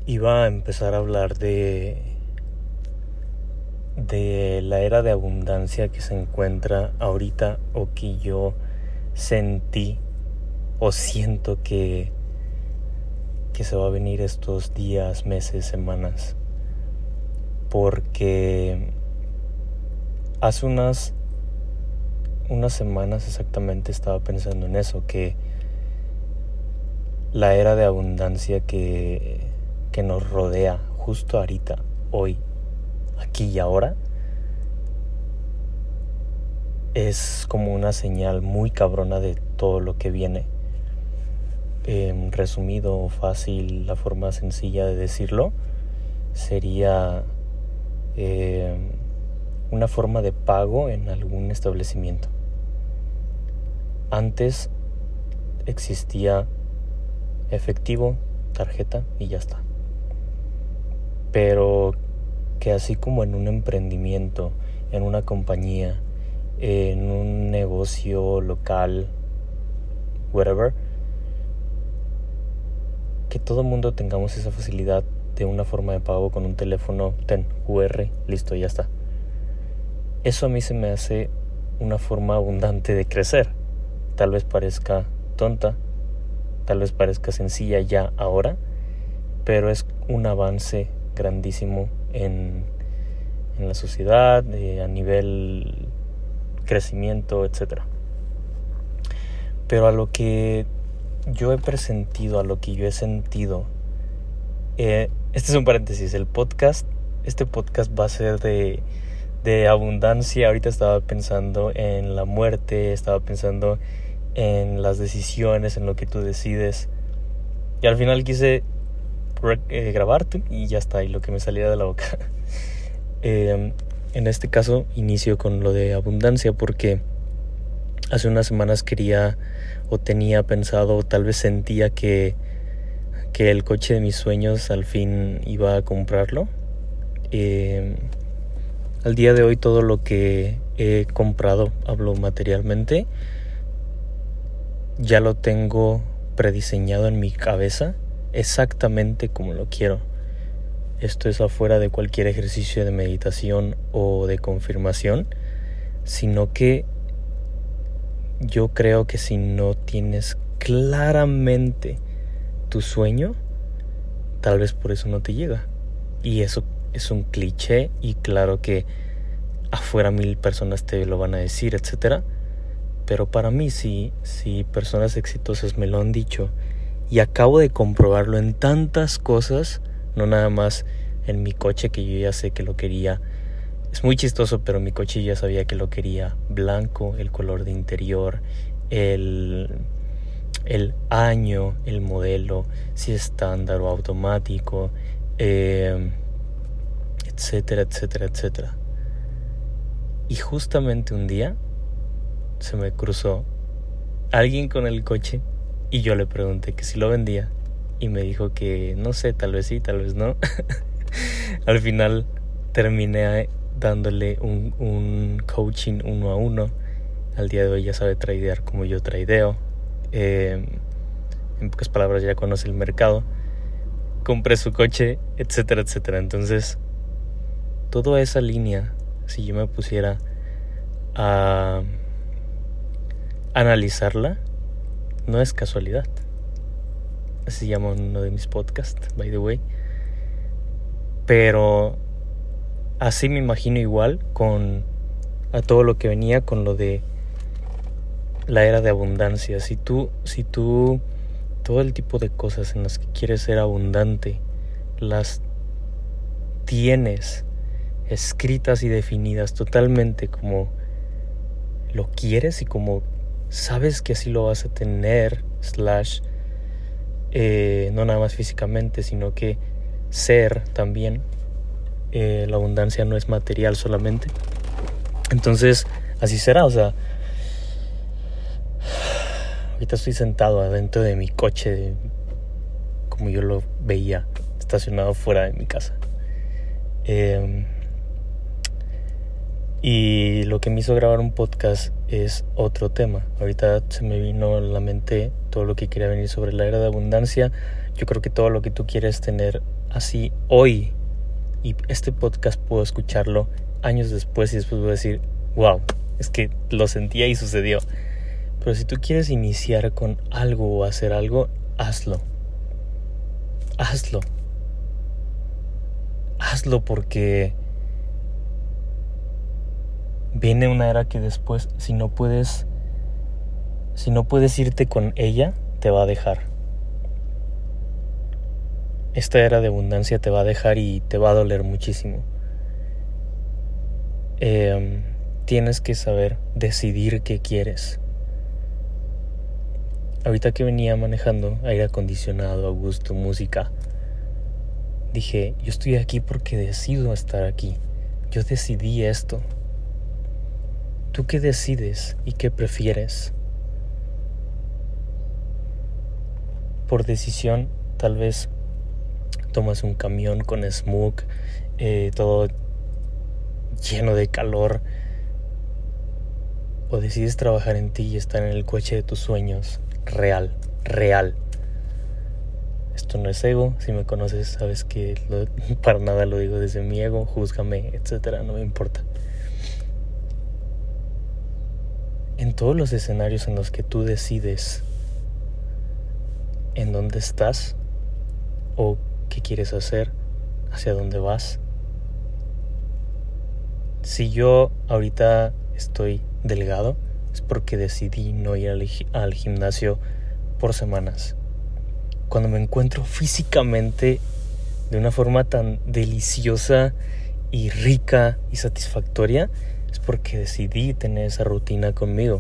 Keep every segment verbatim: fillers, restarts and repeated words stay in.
Iba a empezar a hablar de de la era de abundancia que se encuentra ahorita, o que yo sentí o siento que que se va a venir estos días, meses, semanas, porque hace unas unas semanas exactamente estaba pensando en eso, que la era de abundancia que que nos rodea justo ahorita, hoy, aquí y ahora, es como una señal muy cabrona de todo lo que viene. Eh, resumido, fácil, la forma sencilla de decirlo sería eh, una forma de pago en algún establecimiento. Antes existía efectivo, tarjeta y ya está. Pero que así como en un emprendimiento, en una compañía, en un negocio local, whatever, que todo el mundo tengamos esa facilidad de una forma de pago con un teléfono, ten, U R, listo, ya está. Eso a mí se me hace una forma abundante de crecer. Tal vez parezca tonta, tal vez parezca sencilla ya ahora, pero es un avance grandísimo en, en la sociedad, eh, a nivel crecimiento, etcétera. Pero a lo que yo he presentido, a lo que yo he sentido, eh, este es un paréntesis, el podcast, este podcast va a ser de, de abundancia. Ahorita estaba pensando en la muerte, estaba pensando en las decisiones, en lo que tú decides, y al final quise eh, grabarte y ya está, y lo que me saliera de la boca. eh, en este caso inicio con lo de abundancia porque hace unas semanas quería o tenía pensado, o tal vez sentía que, que el coche de mis sueños al fin iba a comprarlo. Eh, al día de hoy todo lo que he comprado, hablo materialmente, ya lo tengo prediseñado en mi cabeza exactamente como lo quiero. Esto es afuera de cualquier ejercicio de meditación o de confirmación, sino que yo creo que si no tienes claramente tu sueño, tal vez por eso no te llega. Y eso es un cliché, y claro que afuera mil personas te lo van a decir, etcétera. Pero para mí, si, si personas exitosas me lo han dicho, y acabo de comprobarlo en tantas cosas, no nada más en mi coche, que yo ya sé que lo quería. Es muy chistoso, pero mi coche ya sabía que lo quería blanco, el color de interior, el, el año, el modelo, si estándar o automático, eh, etcétera, etcétera, etcétera. Y justamente un día se me cruzó alguien con el coche y yo le pregunté que si lo vendía, y me dijo que no sé, tal vez sí, tal vez no. Al final terminé dándole un, un coaching uno a uno. Al día de hoy ya sabe tradear como yo tradeo. Eh, en pocas palabras, ya conoce el mercado. Compré su coche, etcétera, etcétera. Entonces, toda esa línea, si yo me pusiera a analizarla, no es casualidad. Así se llama uno de mis podcasts, by the way. Pero así me imagino igual con a todo lo que venía con lo de la era de abundancia. Si tú, si tú, todo el tipo de cosas en las que quieres ser abundante, las tienes escritas y definidas totalmente como lo quieres y como sabes que así lo vas a tener, slash, eh, no nada más físicamente, sino que ser también. Eh, la abundancia no es material solamente. Entonces, así será. O sea, ahorita estoy sentado adentro de mi coche, como yo lo veía, estacionado fuera de mi casa. Eh, y lo que me hizo grabar un podcast es otro tema. Ahorita se me vino a la mente todo lo que quería venir sobre la era de abundancia. Yo creo que todo lo que tú quieres tener así hoy, y este podcast puedo escucharlo años después y después voy a decir, wow, es que lo sentía y sucedió. Pero si tú quieres iniciar con algo o hacer algo, hazlo. Hazlo. Hazlo porque viene una era que después, si no puedes, si no puedes irte con ella, te va a dejar. Esta era de abundancia te va a dejar y te va a doler muchísimo. Eh, tienes que saber decidir qué quieres. Ahorita que venía manejando, aire acondicionado, a gusto, música, dije, yo estoy aquí porque decido estar aquí. Yo decidí esto. ¿Tú qué decides y qué prefieres? Por decisión, tal vez tomas un camión con smog, eh, todo lleno de calor, o decides trabajar en ti y estar en el coche de tus sueños, real, real. Esto no es ego, si me conoces sabes que lo, para nada lo digo desde mi ego, júzgame, etcétera, no me importa. En todos los escenarios en los que tú decides en dónde estás o qué quieres hacer, hacia dónde vas. Si yo ahorita estoy delgado, es porque decidí no ir al, al gimnasio por semanas. Cuando me encuentro físicamente de una forma tan deliciosa y rica y satisfactoria, es porque decidí tener esa rutina conmigo.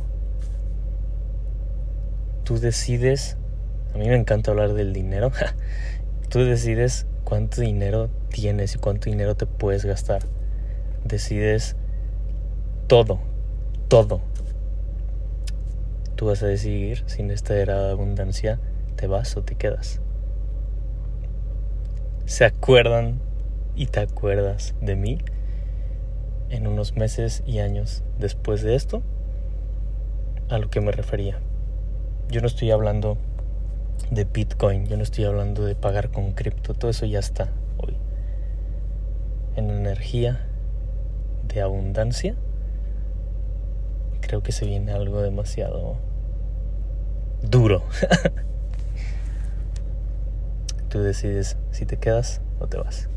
Tú decides, a mí me encanta hablar del dinero, tú decides cuánto dinero tienes y cuánto dinero te puedes gastar. Decides todo, todo. Tú vas a decidir si en esta era de abundancia te vas o te quedas. ¿Se acuerdan y te acuerdas de mí en unos meses y años después de esto? A lo que me refería. Yo no estoy hablando de Bitcoin, yo no estoy hablando de pagar con cripto, todo eso ya está hoy. En energía de abundancia, creo que se viene algo demasiado duro. Tú decides si te quedas o te vas.